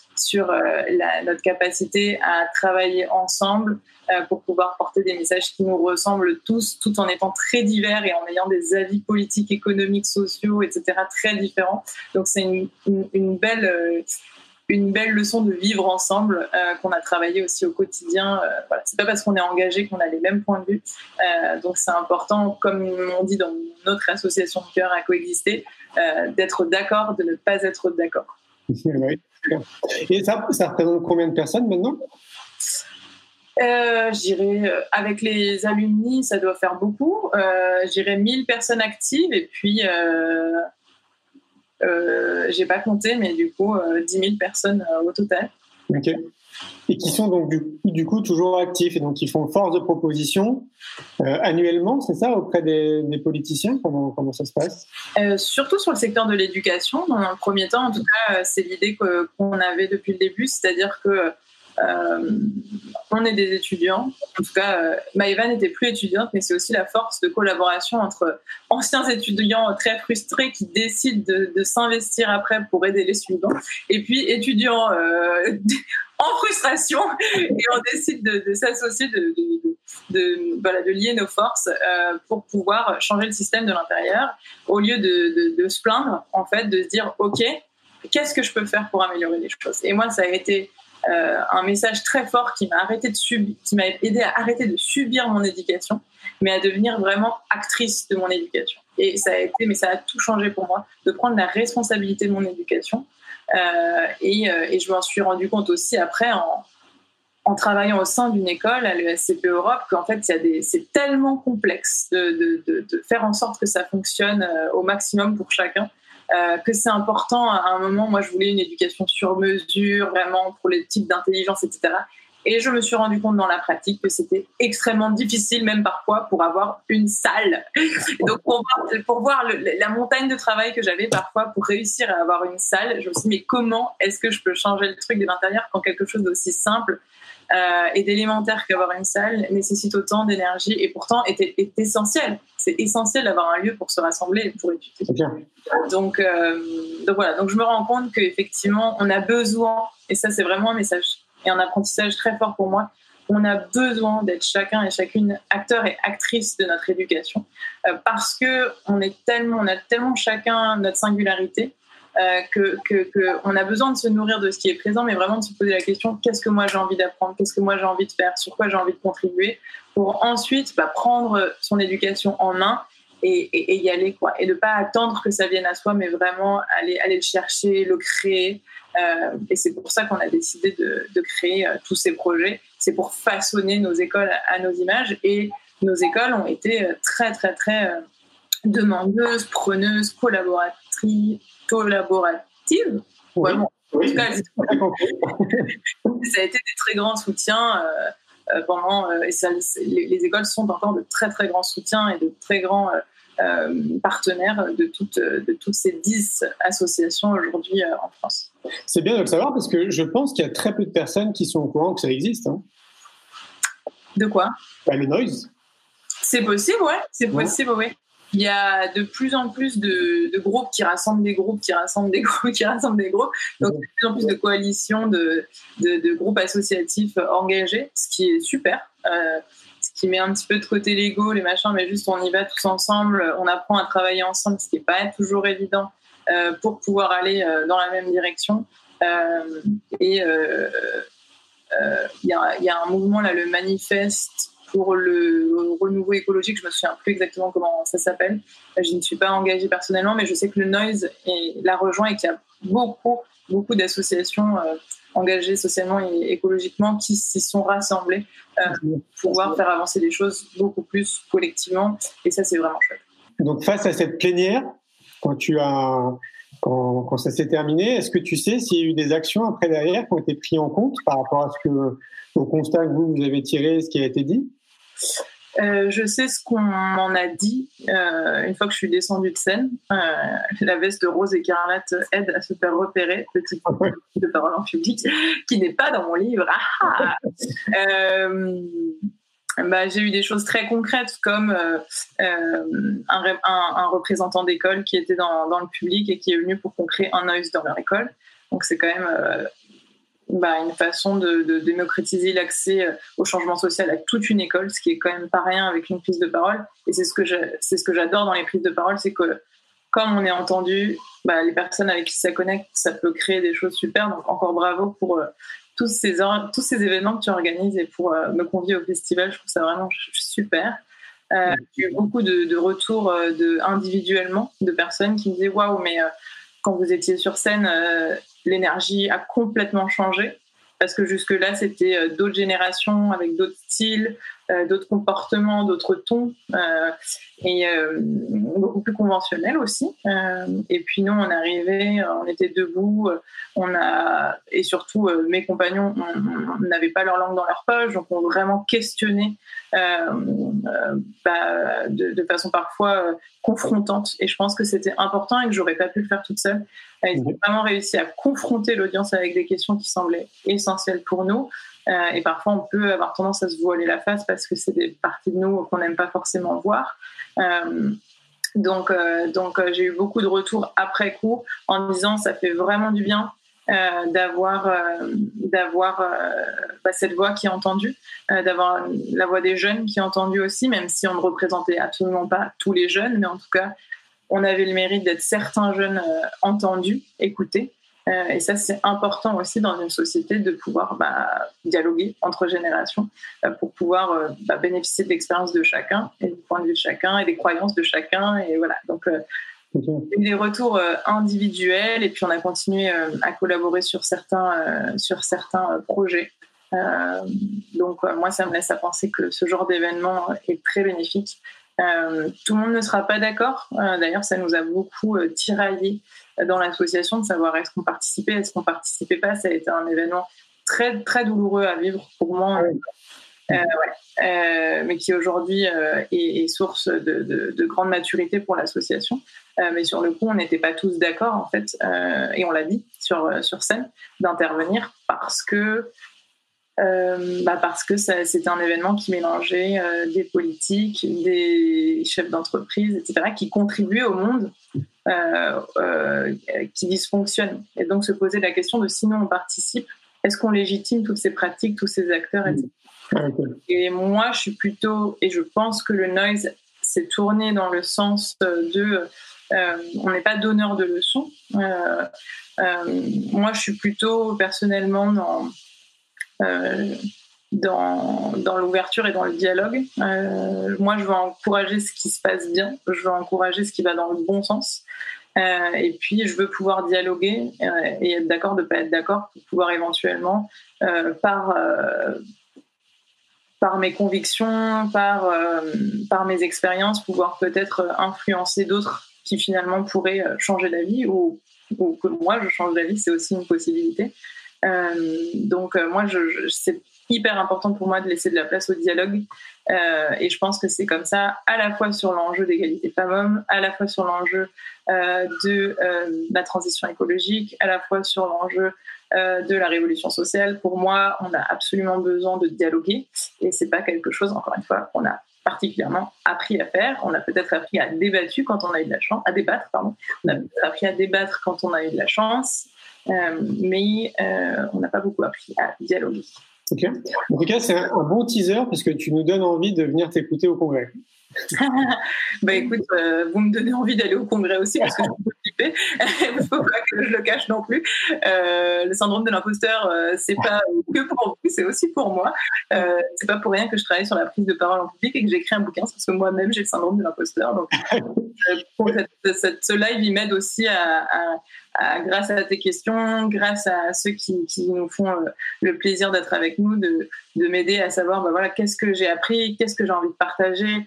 notre capacité à travailler ensemble pour pouvoir porter des messages qui nous ressemblent tous, tout en étant très divers et en ayant des avis politiques, économiques, sociaux, etc. très différents. Donc c'est une belle leçon de vivre ensemble qu'on a travaillé aussi au quotidien. Voilà. C'est pas parce qu'on est engagé qu'on a les mêmes points de vue. Donc c'est important, comme on dit dans notre association de cœur à coexister, d'être d'accord, de ne pas être d'accord. Et ça représente combien de personnes maintenant ? Je dirais, avec les alumni, ça doit faire beaucoup. Je dirais 1000 personnes actives et puis j'ai pas compté, mais du coup 10 000 personnes au total. Ok. Et qui sont donc du coup toujours actifs et donc qui font force de proposition annuellement, c'est ça, auprès des politiciens. Comment ça se passe? Surtout sur le secteur de l'éducation. Dans un premier temps, en tout cas, c'est l'idée qu'on avait depuis le début, c'est-à-dire que on est des étudiants. En tout cas, Maëva n'était plus étudiante, mais c'est aussi la force de collaboration entre anciens étudiants très frustrés qui décident de s'investir après pour aider les suivants, et puis étudiants en frustration, et on décide de s'associer, de lier nos forces pour pouvoir changer le système de l'intérieur, au lieu de se plaindre, en fait, de se dire ok, qu'est-ce que je peux faire pour améliorer les choses. Et moi, ça a été un message très fort qui m'a aidé à arrêter de subir mon éducation, mais à devenir vraiment actrice de mon éducation. Et ça a tout changé pour moi, de prendre la responsabilité de mon éducation. Et je m'en suis rendu compte aussi après en travaillant au sein d'une école à l'ESCP Europe, qu'en fait c'est tellement complexe de faire en sorte que ça fonctionne au maximum pour chacun, que c'est important. À un moment, moi je voulais une éducation sur mesure, vraiment pour les types d'intelligence, etc. Et je me suis rendu compte dans la pratique que c'était extrêmement difficile, même parfois, pour avoir une salle. Donc, pour voir la montagne de travail que j'avais parfois pour réussir à avoir une salle, je me suis dit, mais comment est-ce que je peux changer le truc de l'intérieur quand quelque chose d'aussi simple et d'élémentaire qu'avoir une salle nécessite autant d'énergie et pourtant est essentiel. C'est essentiel d'avoir un lieu pour se rassembler et pour étudier. Donc voilà. Donc je me rends compte qu'effectivement, on a besoin, et ça c'est vraiment un message et un apprentissage très fort pour moi, on a besoin d'être chacun et chacune acteur et actrice de notre éducation, parce que on a tellement chacun notre singularité, que on a besoin de se nourrir de ce qui est présent, mais vraiment de se poser la question, qu'est-ce que moi j'ai envie d'apprendre, qu'est-ce que moi j'ai envie de faire, sur quoi j'ai envie de contribuer, pour ensuite prendre son éducation en main et y aller, quoi, et de pas attendre que ça vienne à soi, mais vraiment aller le chercher, le créer. Et c'est pour ça qu'on a décidé de créer tous ces projets. C'est pour façonner nos écoles à nos images, et nos écoles ont été très très très demandeuses, preneuses, collaboratives. Ouais, bon, en tout cas, ça a été des très grands soutiens pendant, et les écoles sont encore de très très grands soutiens et de très grands partenaires de toutes ces 10 associations aujourd'hui en France. C'est bien de le savoir, parce que je pense qu'il y a très peu de personnes qui sont au courant que ça existe. Hein. De quoi? Le noise. C'est possible, ouais. C'est possible, oui. Il y a de plus en plus de groupes qui rassemblent des groupes, qui rassemblent des groupes, qui rassemblent des groupes. Donc, de plus en plus de coalitions, de groupes associatifs engagés, ce qui est super. Ce qui met un petit peu de côté l'ego, les machins, mais juste on y va tous ensemble, on apprend à travailler ensemble, ce qui n'est pas toujours évident pour pouvoir aller dans la même direction. Il y a un mouvement, là, le Manifeste pour le renouveau écologique, je me souviens plus exactement comment ça s'appelle. Je ne suis pas engagée personnellement, mais je sais que le Noise l'a rejoint et qu'il y a beaucoup d'associations engagées socialement et écologiquement qui s'y sont rassemblées pour pouvoir faire avancer les choses beaucoup plus collectivement, et ça c'est vraiment chouette. Donc face à cette plénière, quand ça s'est terminé, est-ce que tu sais s'il y a eu des actions après derrière qui ont été prises en compte par rapport au constat que vous avez tiré, ce qui a été dit? Je sais ce qu'on m'en a dit une fois que je suis descendue de scène. La veste rose écarlate aide à se faire repérer, petit de parole en public, qui n'est pas dans mon livre. J'ai eu des choses très concrètes, comme un représentant d'école qui était dans le public et qui est venu pour qu'on crée un noise dans leur école. Donc c'est quand même une façon de démocratiser l'accès au changement social à toute une école, ce qui est quand même pas rien avec une prise de parole. Et c'est ce que j'adore dans les prises de parole, c'est que comme on est entendu, les personnes avec qui ça connecte, ça peut créer des choses super. Donc encore bravo pour tous ces événements que tu organises et pour me convier au festival. Je trouve ça vraiment super. J'ai eu beaucoup de retours individuellement de personnes qui me disaient waouh, mais quand vous étiez sur scène, l'énergie a complètement changé, parce que jusque-là, c'était d'autres générations avec d'autres styles, d'autres comportements, d'autres tons, et beaucoup plus conventionnels aussi. Et puis nous, on arrivait, on était debout, et surtout mes compagnons n'avaient pas leur langue dans leur poche, donc on vraiment questionné de façon parfois confrontante. Et je pense que c'était important et que j'aurais pas pu le faire toute seule. Ils ont vraiment réussi à confronter l'audience avec des questions qui semblaient essentielles pour nous. Et parfois, on peut avoir tendance à se voiler la face parce que c'est des parties de nous qu'on n'aime pas forcément voir. Donc, j'ai eu beaucoup de retours après coup en disant ça fait vraiment du bien d'avoir cette voix qui est entendue, d'avoir la voix des jeunes qui est entendue aussi, même si on ne représentait absolument pas tous les jeunes, mais en tout cas, on avait le mérite d'être certains jeunes entendus, écoutés. Et ça, c'est important aussi dans une société de pouvoir dialoguer entre générations pour pouvoir bénéficier de l'expérience de chacun et du point de vue de chacun et des croyances de chacun. Et voilà. Donc, des retours individuels et puis on a continué à collaborer sur certains projets. Donc, moi, ça me laisse à penser que ce genre d'événement est très bénéfique. Tout le monde ne sera pas d'accord. D'ailleurs, ça nous a beaucoup tiraillés dans l'association de savoir est-ce qu'on participait, est-ce qu'on participait pas. Ça a été un événement très, très douloureux à vivre pour moi, mais qui aujourd'hui est source de grande maturité pour l'association. Mais sur le coup, on n'était pas tous d'accord, en fait, et on l'a dit sur scène, d'intervenir parce que c'était un événement qui mélangeait des politiques, des chefs d'entreprise, etc., qui contribuent au monde qui dysfonctionne. Et donc se poser la question de si nous on participe, est-ce qu'on légitime toutes ces pratiques, tous ces acteurs, etc. Et moi, je suis plutôt, et je pense que le noise s'est tourné dans le sens de on n'est pas donneur de leçons. Moi, je suis plutôt personnellement dans l'ouverture et dans le dialogue. Moi, je veux encourager ce qui se passe bien, je veux encourager ce qui va dans le bon sens. Et puis, je veux pouvoir dialoguer et être d'accord de ne pas être d'accord pour pouvoir éventuellement, par mes convictions, par mes expériences, pouvoir peut-être influencer d'autres qui finalement pourraient changer d'avis ou que moi, je change d'avis, c'est aussi une possibilité. Donc moi, c'est hyper important pour moi de laisser de la place au dialogue et je pense que c'est comme ça à la fois sur l'enjeu d'égalité femmes-hommes, à la fois sur l'enjeu de la transition écologique, à la fois sur l'enjeu de la révolution sociale. Pour moi, on a absolument besoin de dialoguer et c'est pas quelque chose, encore une fois, qu'on a particulièrement appris à faire. On a peut-être appris à débattre quand on a eu de la chance, à débattre, pardon. On a peut-être appris à débattre quand on a eu de la chance. Mais on n'a pas beaucoup appris à dialoguer. Ok. En tout cas, c'est un bon teaser parce que tu nous donnes envie de venir t'écouter au congrès. Écoute, vous me donnez envie d'aller au congrès aussi parce que je suis occupée. Il ne faut pas que je le cache non plus. Le syndrome de l'imposteur, c'est pas que pour vous, c'est aussi pour moi. C'est pas pour rien que je travaille sur la prise de parole en public et que j'écris un bouquin, parce que moi-même j'ai le syndrome de l'imposteur. Donc, ce live, il m'aide aussi grâce à tes questions, grâce à ceux qui nous font le plaisir d'être avec nous, de m'aider à savoir qu'est-ce que j'ai appris, qu'est-ce que j'ai envie de partager.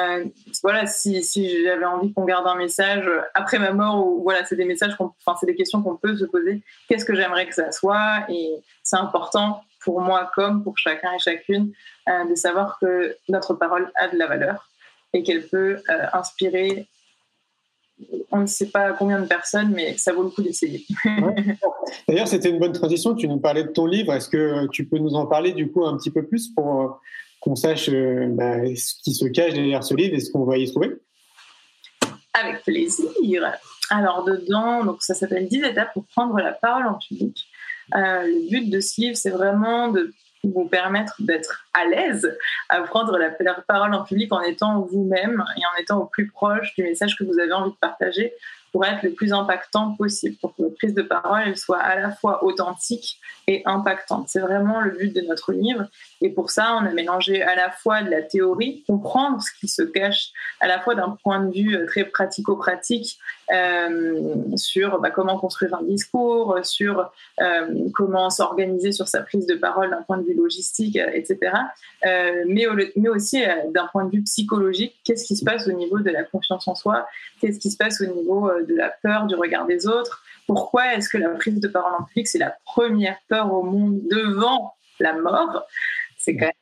Si j'avais envie qu'on garde un message après ma mort, ou c'est des messages c'est des questions qu'on peut se poser. Qu'est-ce que j'aimerais que ça soit? Et c'est important pour moi comme pour chacun et chacune de savoir que notre parole a de la valeur et qu'elle peut inspirer. On ne sait pas combien de personnes, mais ça vaut le coup d'essayer. Ouais. D'ailleurs, c'était une bonne transition. Tu nous parlais de ton livre. Est-ce que tu peux nous en parler du coup un petit peu plus pour qu'on sache ce qui se cache derrière ce livre et ce qu'on va y trouver? Avec plaisir. Alors dedans, donc ça s'appelle 10 étapes pour prendre la parole en public. Le but de ce livre, c'est vraiment de vous permettre d'être à l'aise à prendre la parole en public en étant vous-même et en étant au plus proche du message que vous avez envie de partager pour être le plus impactant possible, pour que votre prise de parole elle soit à la fois authentique et impactante. C'est vraiment le but de notre livre. Et pour ça, on a mélangé à la fois de la théorie, comprendre ce qui se cache à la fois d'un point de vue très pratico-pratique sur comment construire un discours, sur comment s'organiser sur sa prise de parole d'un point de vue logistique, etc. Mais aussi d'un point de vue psychologique, qu'est-ce qui se passe au niveau de la confiance en soi, qu'est-ce qui se passe au niveau de la peur du regard des autres, pourquoi est-ce que la prise de parole en public, c'est la première peur au monde devant la mort. C'est quand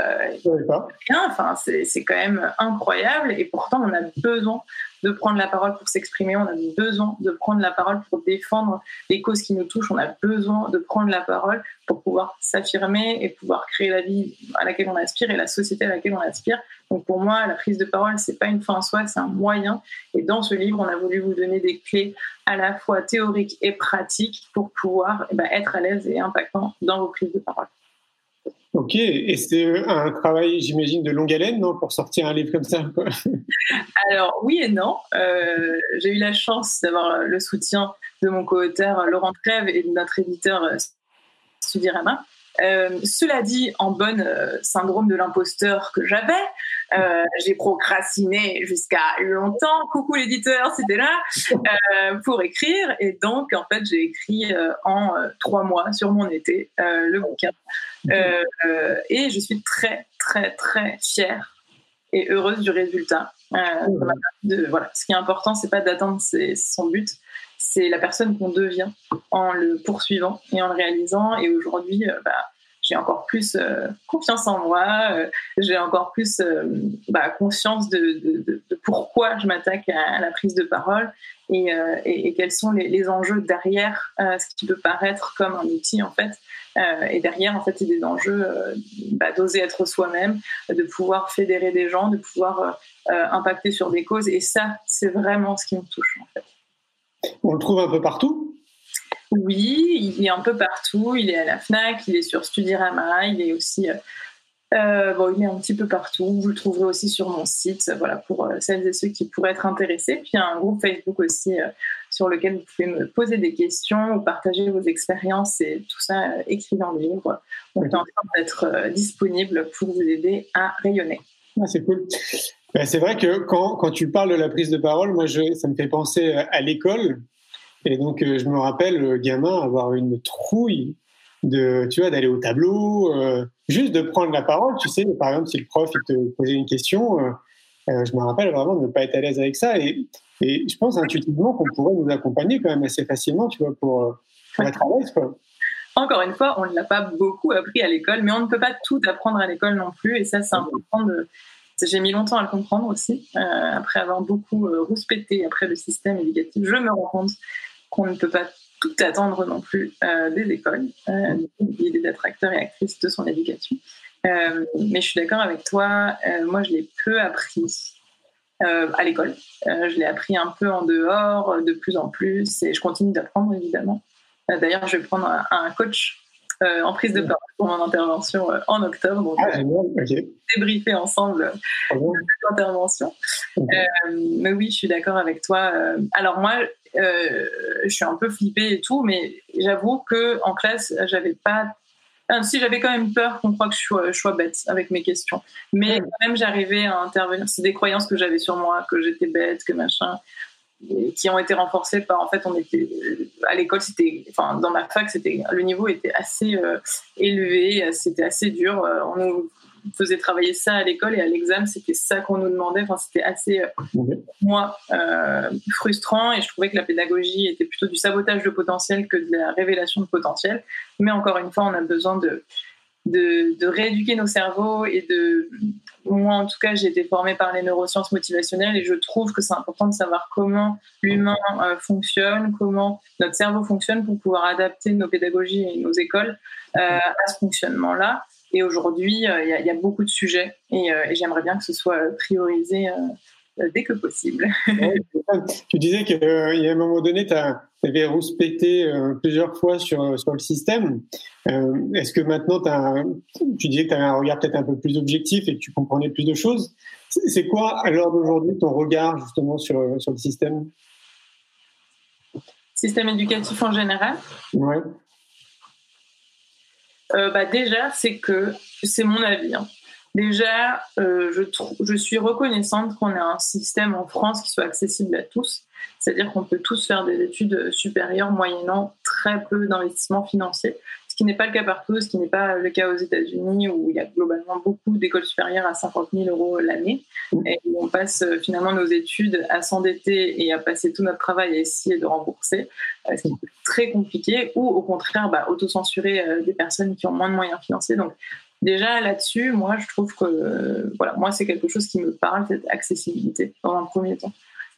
même c'est quand même incroyable, et pourtant on a besoin de prendre la parole pour s'exprimer, on a besoin de prendre la parole pour défendre les causes qui nous touchent, on a besoin de prendre la parole pour pouvoir s'affirmer et pouvoir créer la vie à laquelle on aspire et la société à laquelle on aspire. Donc pour moi, la prise de parole, c'est pas une fin en soi, c'est un moyen, et dans ce livre, on a voulu vous donner des clés à la fois théoriques et pratiques pour pouvoir être à l'aise et impactant dans vos prises de parole. Ok, et c'est un travail, j'imagine, de longue haleine, non, pour sortir un livre comme ça, quoi. Alors, oui et non. J'ai eu la chance d'avoir le soutien de mon co-auteur Laurent Trèves et de notre éditeur Studirama. Cela dit, en bonne syndrome de l'imposteur que j'avais, j'ai procrastiné jusqu'à longtemps, coucou l'éditeur, c'était là, pour écrire. Et donc, en fait, j'ai écrit en 3 mois sur mon été le bouquin. Et je suis très, très, très fière et heureuse du résultat. Ce qui est important, c'est pas d'atteindre son but, c'est la personne qu'on devient en le poursuivant et en le réalisant. Et aujourd'hui, j'ai encore plus confiance en moi, j'ai encore plus conscience de pourquoi je m'attaque à la prise de parole et quels sont les enjeux derrière ce qui peut paraître comme un outil, en fait. Et derrière, en fait, il y a des enjeux d'oser être soi-même, de pouvoir fédérer des gens, de pouvoir impacter sur des causes. Et ça, c'est vraiment ce qui me touche, en fait. On le trouve un peu partout ? Oui, il est un peu partout. Il est à la FNAC, il est sur Studirama, il est aussi... il est un petit peu partout. Vous le trouverez aussi sur mon site, pour celles et ceux qui pourraient être intéressés. Puis il y a un groupe Facebook aussi sur lequel vous pouvez me poser des questions ou partager vos expériences, et tout ça écrit dans le livre. On est en train d'être disponible pour vous aider à rayonner. Ah, c'est cool. C'est vrai que quand tu parles de la prise de parole, moi, ça me fait penser à l'école. Et donc, je me rappelle, gamin, avoir une trouille d'aller au tableau, juste de prendre la parole, tu sais, par exemple, si le prof il te posait une question, je me rappelle vraiment de ne pas être à l'aise avec ça, et je pense intuitivement qu'on pourrait nous accompagner quand même assez facilement, tu vois, pour être à l'aise, quoi. Encore une fois, on ne l'a pas beaucoup appris à l'école, mais on ne peut pas tout apprendre à l'école non plus, et ça, c'est important j'ai mis longtemps à le comprendre aussi, après avoir beaucoup rouspété après le système éducatif, je me rends compte qu'on ne peut pas tout attendre non plus des écoles. Il est d'être acteur et actrice de son éducation. Mais je suis d'accord avec toi, moi je l'ai peu appris à l'école. Je l'ai appris un peu en dehors, de plus en plus, et je continue d'apprendre évidemment. D'ailleurs, je vais prendre un coach en prise de parole pour mon intervention en octobre. Donc, débriefer ensemble cette intervention. Mais oui, je suis d'accord avec toi. Alors moi, je suis un peu flippée et tout, mais j'avoue qu'en classe, j'avais quand même peur qu'on croie que je sois bête avec mes questions. Mais quand même, j'arrivais à intervenir. C'est des croyances que j'avais sur moi, que j'étais bête, que machin, qui ont été renforcées par, en fait, on était à l'école, dans ma fac, le niveau était assez élevé, c'était assez dur. On nous faisait travailler ça à l'école, et à l'examen, c'était ça qu'on nous demandait. Enfin, c'était assez, frustrant, et je trouvais que la pédagogie était plutôt du sabotage de potentiel que de la révélation de potentiel. Mais encore une fois, on a besoin de rééduquer nos cerveaux, et moi en tout cas j'ai été formée par les neurosciences motivationnelles, et je trouve que c'est important de savoir comment l'humain fonctionne, comment notre cerveau fonctionne, pour pouvoir adapter nos pédagogies et nos écoles à ce fonctionnement-là. Et aujourd'hui il y a beaucoup de sujets, et j'aimerais bien que ce soit priorisé dès que possible. Tu disais qu'il y a un moment donné, tu avais rouspété plusieurs fois sur le système. Est-ce que maintenant, tu disais que tu avais un regard peut-être un peu plus objectif et que tu comprenais plus de choses. C'est quoi, à l'heure d'aujourd'hui, ton regard justement sur le système ? Système éducatif en général ? Ouais. Déjà, c'est mon avis. Hein. Déjà, je suis reconnaissante qu'on ait un système en France qui soit accessible à tous. C'est-à-dire qu'on peut tous faire des études supérieures moyennant très peu d'investissement financier. Ce qui n'est pas le cas partout, ce qui n'est pas le cas aux États-Unis où il y a globalement beaucoup d'écoles supérieures à 50 000 € l'année et où on passe finalement nos études à s'endetter et à passer tout notre travail à essayer de rembourser, ce qui est très compliqué, ou au contraire autocensurer des personnes qui ont moins de moyens financiers. Donc déjà là-dessus, moi je trouve que moi c'est quelque chose qui me parle, cette accessibilité dans un premier temps.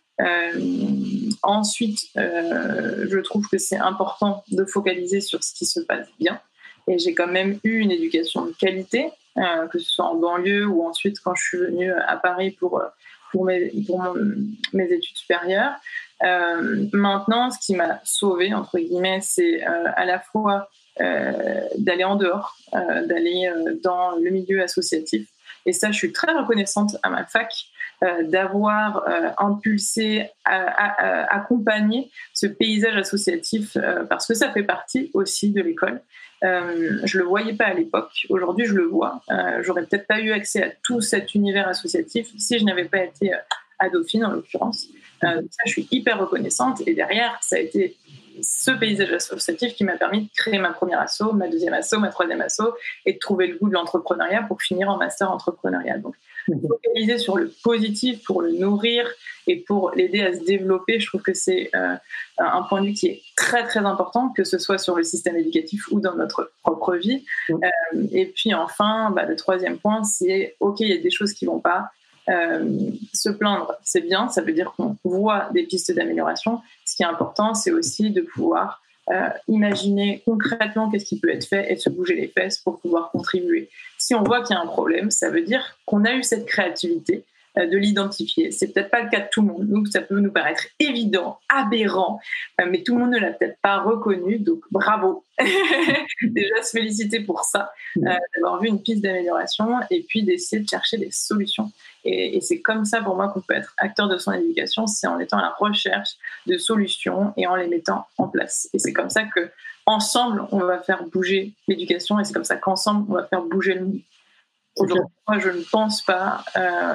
Ensuite, je trouve que c'est important de focaliser sur ce qui se passe bien. Et j'ai quand même eu une éducation de qualité, que ce soit en banlieue ou ensuite quand je suis venue à Paris pour mes études supérieures. Maintenant, ce qui m'a sauvée, entre guillemets, c'est à la fois d'aller en dehors, d'aller dans le milieu associatif. Et ça, je suis très reconnaissante à ma fac d'avoir impulsé, accompagné ce paysage associatif parce que ça fait partie aussi de l'école. Je le voyais pas à l'époque. Aujourd'hui, je le vois. J'aurais peut-être pas eu accès à tout cet univers associatif si je n'avais pas été à Dauphine, en l'occurrence. Ça, je suis hyper reconnaissante. Et derrière, ça a été ce paysage associatif qui m'a permis de créer ma première asso, ma deuxième asso, ma troisième asso, et de trouver le goût de l'entrepreneuriat pour finir en master entrepreneurial. Donc, focaliser sur le positif pour le nourrir et pour l'aider à se développer, je trouve que c'est un point de vue qui est très très important, que ce soit sur le système éducatif ou dans notre propre vie. Et puis enfin, le troisième point, c'est ok, il y a des choses qui vont pas. Se plaindre, c'est bien, ça veut dire qu'on voit des pistes d'amélioration. Ce qui est important, c'est aussi de pouvoir imaginer concrètement qu'est-ce qui peut être fait et de se bouger les fesses pour pouvoir contribuer. Si on voit qu'il y a un problème, ça veut dire qu'on a eu cette créativité de l'identifier. C'est peut-être pas le cas de tout le monde. Nous, ça peut nous paraître évident, aberrant, mais tout le monde ne l'a peut-être pas reconnu, donc bravo. Déjà se féliciter pour ça, d'avoir vu une piste d'amélioration et puis d'essayer de chercher des solutions. Et c'est comme ça pour moi qu'on peut être acteur de son éducation, c'est en étant à la recherche de solutions et en les mettant en place. Et c'est comme ça que ensemble on va faire bouger l'éducation et c'est comme ça qu'ensemble on va faire bouger le monde. Aujourd'hui, moi je ne pense pas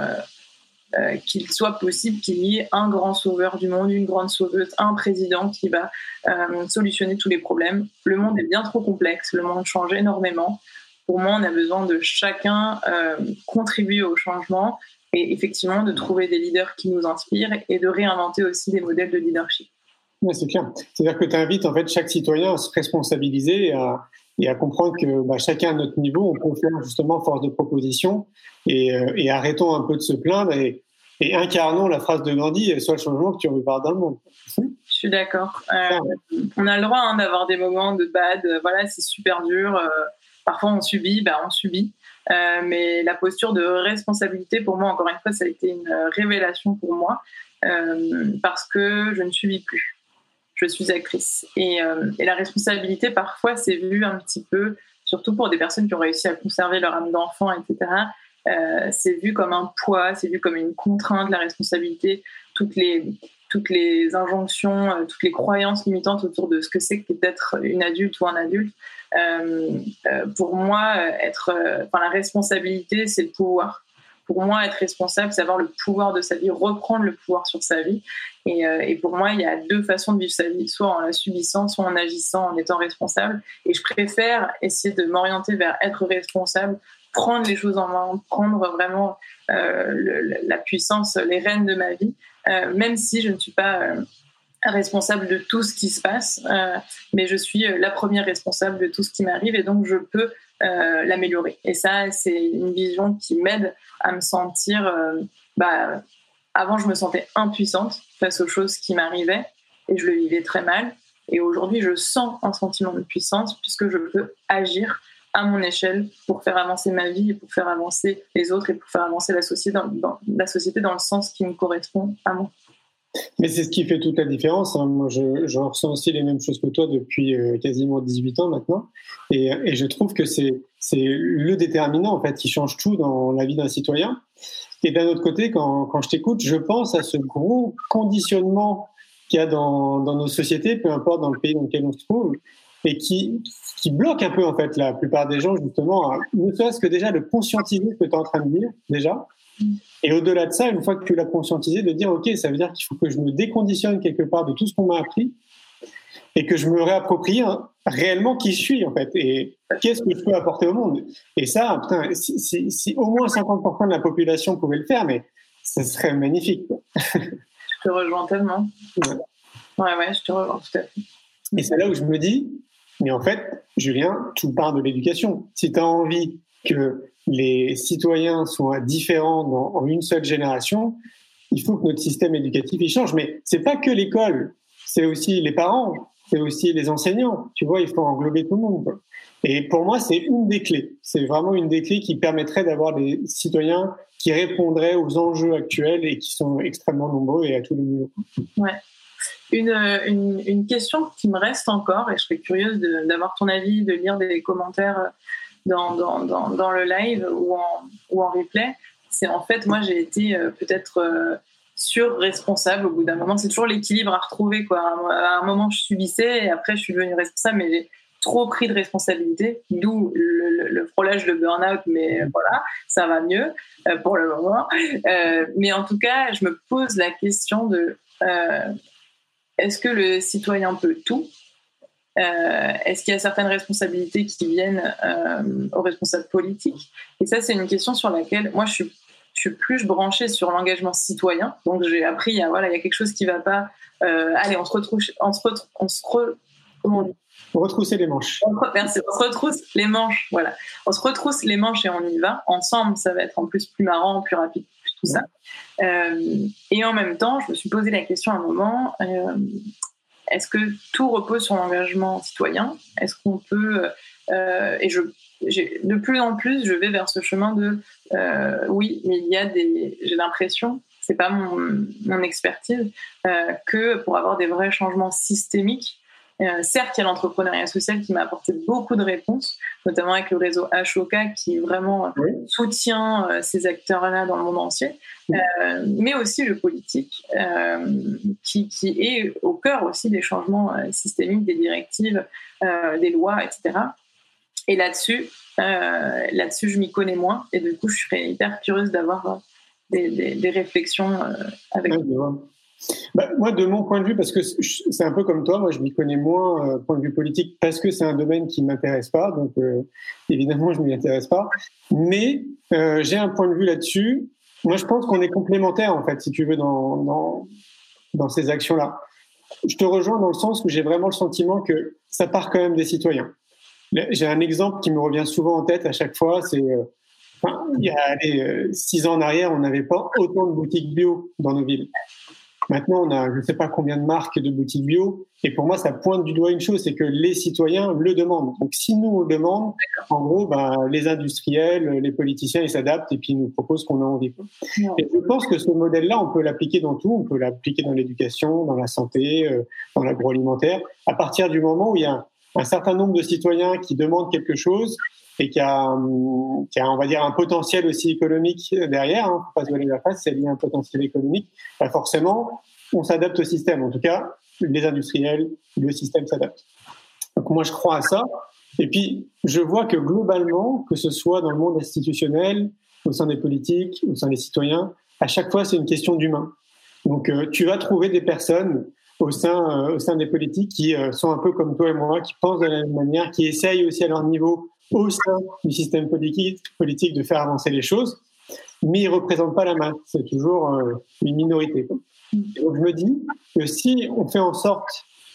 qu'il soit possible qu'il y ait un grand sauveur du monde, une grande sauveuse, un président qui va solutionner tous les problèmes. Le monde est bien trop complexe, le monde change énormément. Pour moi, on a besoin de chacun contribuer au changement et effectivement de trouver des leaders qui nous inspirent et de réinventer aussi des modèles de leadership. Oui, c'est clair. C'est-à-dire que tu invites en fait chaque citoyen à se responsabiliser et à comprendre que chacun à notre niveau, on peut faire justement force de proposition et arrêtons un peu de se plaindre et incarnons la phrase de Gandhi, sois le changement que tu veux voir dans le monde. Je suis d'accord. On a le droit d'avoir des moments de bad, c'est super dur. Parfois on subit, on subit. Mais la posture de responsabilité, pour moi, encore une fois, ça a été une révélation pour moi parce que je ne subis plus. Je suis actrice. Et la responsabilité, parfois, c'est vu un petit peu, surtout pour des personnes qui ont réussi à conserver leur âme d'enfant, etc., c'est vu comme un poids, c'est vu comme une contrainte, la responsabilité, toutes les injonctions, toutes les croyances limitantes autour de ce que c'est que d'être une adulte ou un adulte. Pour moi, la responsabilité, c'est le pouvoir. Pour moi, être responsable, c'est avoir le pouvoir de sa vie, reprendre le pouvoir sur sa vie. Et pour moi, il y a deux façons de vivre sa vie, soit en la subissant, soit en agissant, en étant responsable. Et je préfère essayer de m'orienter vers être responsable, prendre les choses en main, prendre vraiment la puissance, les rênes de ma vie, même si je ne suis pas responsable de tout ce qui se passe, mais je suis la première responsable de tout ce qui m'arrive et donc je peux l'améliorer. Et ça, c'est une vision qui m'aide à me sentir... avant, je me sentais impuissante face aux choses qui m'arrivaient et je le vivais très mal. Et aujourd'hui, je sens un sentiment de puissance puisque je peux agir à mon échelle pour faire avancer ma vie, et pour faire avancer les autres et pour faire avancer la société dans le sens qui me correspond à moi. Mais c'est ce qui fait toute la différence. Moi, je ressens aussi les mêmes choses que toi depuis quasiment 18 ans maintenant. Et je trouve que c'est le déterminant, en fait, qui change tout dans la vie d'un citoyen. Et d'un autre côté, quand je t'écoute, je pense à ce gros conditionnement qu'il y a dans nos sociétés, peu importe dans le pays dans lequel on se trouve, et qui bloque un peu en fait la plupart des gens justement, ne serait-ce que déjà de conscientiser ce que tu es en train de dire déjà, et au-delà de ça, une fois que tu l'as conscientisé, de dire ok, ça veut dire qu'il faut que je me déconditionne quelque part de tout ce qu'on m'a appris et que je me réapproprie réellement qui je suis en fait et qu'est-ce que je peux apporter au monde. Et ça, putain, si au moins 50% de la population pouvait le faire, mais ça serait magnifique. Je te rejoins tellement. Ouais, je te rejoins tout à fait. Et c'est là où je me dis, mais en fait, Julien, tout part de l'éducation. Si tu as envie que les citoyens soient différents en une seule génération, il faut que notre système éducatif il change. Mais c'est pas que l'école, c'est aussi les parents, c'est aussi les enseignants. Tu vois, il faut englober tout le monde, quoi. Et pour moi, c'est une des clés. C'est vraiment une des clés qui permettrait d'avoir des citoyens qui répondraient aux enjeux actuels et qui sont extrêmement nombreux et à tous les niveaux. Ouais. Une question qui me reste encore, et je serais curieuse d'avoir ton avis, de lire des commentaires dans le live ou en replay, c'est en fait, moi j'ai été peut-être sur-responsable au bout d'un moment. C'est toujours l'équilibre à retrouver, quoi. À un moment, je subissais et après, je suis devenue responsable, mais j'ai trop pris de responsabilité, d'où le frôlage de burn-out, mais voilà, ça va mieux pour le moment. Mais en tout cas, je me pose la question de est-ce que le citoyen peut tout ? Est-ce qu'il y a certaines responsabilités qui viennent aux responsables politiques ? Et ça, c'est une question sur laquelle moi, je suis plus branchée sur l'engagement citoyen. Donc, j'ai appris, il y a quelque chose qui ne va pas. Allez, on se retrousse les manches. Merci. On se retrousse les manches. Voilà. On se retrousse les manches et on y va. Ensemble, ça va être en plus plus marrant, plus rapide, tout ça. Et en même temps, je me suis posé la question à un moment. Est-ce que tout repose sur l'engagement citoyen ? Est-ce qu'on peut... de plus en plus, je vais vers ce chemin de... oui, mais il y a j'ai l'impression, c'est pas mon expertise, que pour avoir des vrais changements systémiques, certes, il y a l'entrepreneuriat social qui m'a apporté beaucoup de réponses, notamment avec le réseau Ashoka qui vraiment soutient ces acteurs-là dans le monde entier, mais aussi le politique qui est au cœur aussi des changements systémiques, des directives, des lois, etc. Et là-dessus, je m'y connais moins et du coup, je serais hyper curieuse d'avoir des réflexions avec vous. Moi, de mon point de vue, parce que c'est un peu comme toi, moi je m'y connais moins point de vue politique parce que c'est un domaine qui ne m'intéresse pas, donc évidemment je ne m'y intéresse pas, mais j'ai un point de vue là-dessus. Moi je pense qu'on est complémentaires en fait, si tu veux, dans ces actions-là. Je te rejoins dans le sens où j'ai vraiment le sentiment que ça part quand même des citoyens. J'ai un exemple qui me revient souvent en tête à chaque fois, c'est il y a 6 ans en arrière, on n'avait pas autant de boutiques bio dans nos villes. Maintenant, on a je ne sais pas combien de marques de boutiques bio. Et pour moi, ça pointe du doigt une chose, c'est que les citoyens le demandent. Donc, si nous, on le demande, en gros, les industriels, les politiciens, ils s'adaptent et puis ils nous proposent ce qu'on a envie. Et je pense que ce modèle-là, on peut l'appliquer dans tout. On peut l'appliquer dans l'éducation, dans la santé, dans l'agroalimentaire. À partir du moment où il y a un certain nombre de citoyens qui demandent quelque chose et qui a, on va dire, un potentiel aussi économique derrière, faut pas se voiler la face, c'est lié à un potentiel économique, forcément, on s'adapte au système. En tout cas, les industriels, le système s'adapte. Donc moi, je crois à ça. Et puis, je vois que globalement, que ce soit dans le monde institutionnel, au sein des politiques, au sein des citoyens, à chaque fois, c'est une question d'humain. Donc, tu vas trouver des personnes au sein des politiques qui sont un peu comme toi et moi, qui pensent de la même manière, qui essayent aussi à leur niveau, au sein du système politique de faire avancer les choses, mais ils ne représentent pas la masse. C'est toujours une minorité. Et donc, je me dis que si on fait en sorte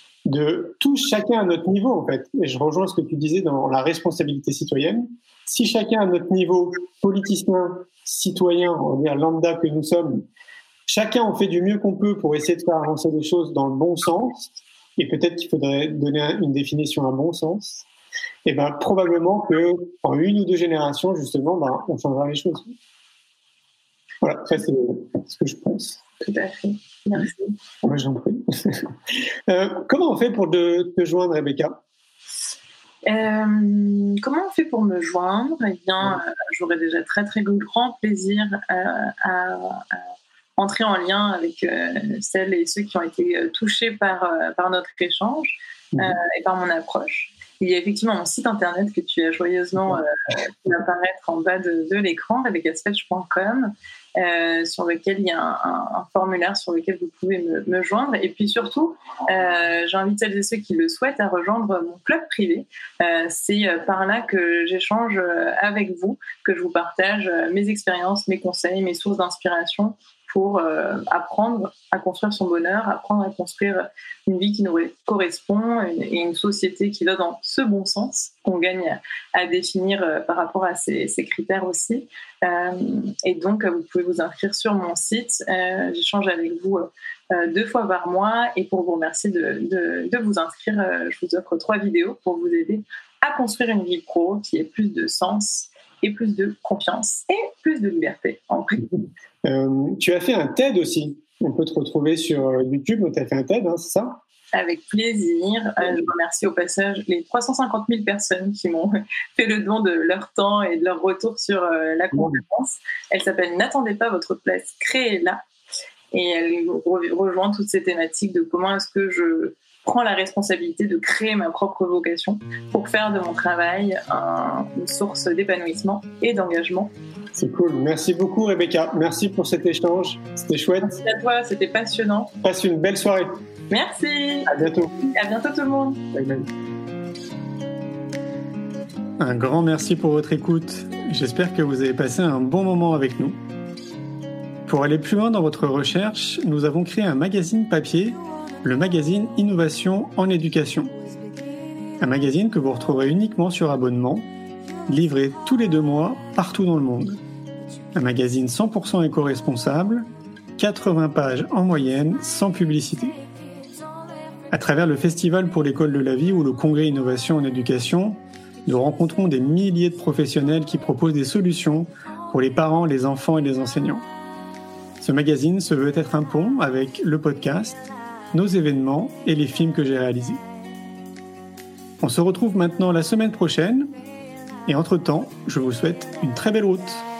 de tous chacun à notre niveau, en fait, et je rejoins ce que tu disais dans la responsabilité citoyenne, si chacun à notre niveau, politicien, citoyen, on va dire lambda que nous sommes, chacun on fait du mieux qu'on peut pour essayer de faire avancer les choses dans le bon sens, et peut-être qu'il faudrait donner une définition à bon sens, et probablement qu'en 1 ou 2 générations, justement, on changera les choses. Voilà, ça c'est ce que je pense. Tout à fait. Merci. Moi, j'en prie. Comment on fait pour te joindre, Rebecca ? Comment on fait pour me joindre ? Eh bien, j'aurais déjà très très grand plaisir à entrer en lien avec celles et ceux qui ont été touchés par notre échange et par mon approche. il y a effectivement mon site internet que tu as joyeusement fait apparaître en bas de l'écran, rebecasfetch.com, sur lequel il y a un formulaire sur lequel vous pouvez me joindre. Et puis surtout, j'invite celles et ceux qui le souhaitent à rejoindre mon club privé. C'est par là que j'échange avec vous, que je vous partage mes expériences, mes conseils, mes sources d'inspiration pour apprendre à construire son bonheur, apprendre à construire une vie qui nous correspond et une société qui va dans ce bon sens qu'on gagne à définir par rapport à ces critères aussi. Et donc, vous pouvez vous inscrire sur mon site. J'échange avec vous 2 fois par mois. Et pour vous remercier de vous inscrire, je vous offre 3 vidéos pour vous aider à construire une vie pro qui ait plus de sens et plus de confiance et plus de liberté en plus. Tu as fait un TED aussi. On peut te retrouver sur YouTube. Tu as fait un TED, hein, c'est ça? Avec plaisir. Je remercie au passage les 350 000 personnes qui m'ont fait le don de leur temps et de leur retour sur la conférence. Elle s'appelle « N'attendez pas votre place, créez-la ». Et elle rejoint toutes ces thématiques de comment est-ce que je prends la responsabilité de créer ma propre vocation pour faire de mon travail une source d'épanouissement et d'engagement. C'est cool. Merci beaucoup, Rebecca. Merci pour cet échange. C'était chouette. Merci à toi, c'était passionnant. Passe une belle soirée. Merci. À bientôt. À bientôt tout le monde. Bye bye. Un grand merci pour votre écoute. J'espère que vous avez passé un bon moment avec nous. Pour aller plus loin dans votre recherche, nous avons créé un magazine papier, le magazine Innovation en éducation. Un magazine que vous retrouverez uniquement sur abonnement, livré tous les 2 mois partout dans le monde. Un magazine 100% éco-responsable, 80 pages en moyenne, sans publicité. À travers le Festival pour l'école de la vie ou le Congrès Innovation en éducation, nous rencontrons des milliers de professionnels qui proposent des solutions pour les parents, les enfants et les enseignants. Ce magazine se veut être un pont avec le podcast, nos événements et les films que j'ai réalisés. On se retrouve maintenant la semaine prochaine et entre-temps, je vous souhaite une très belle route.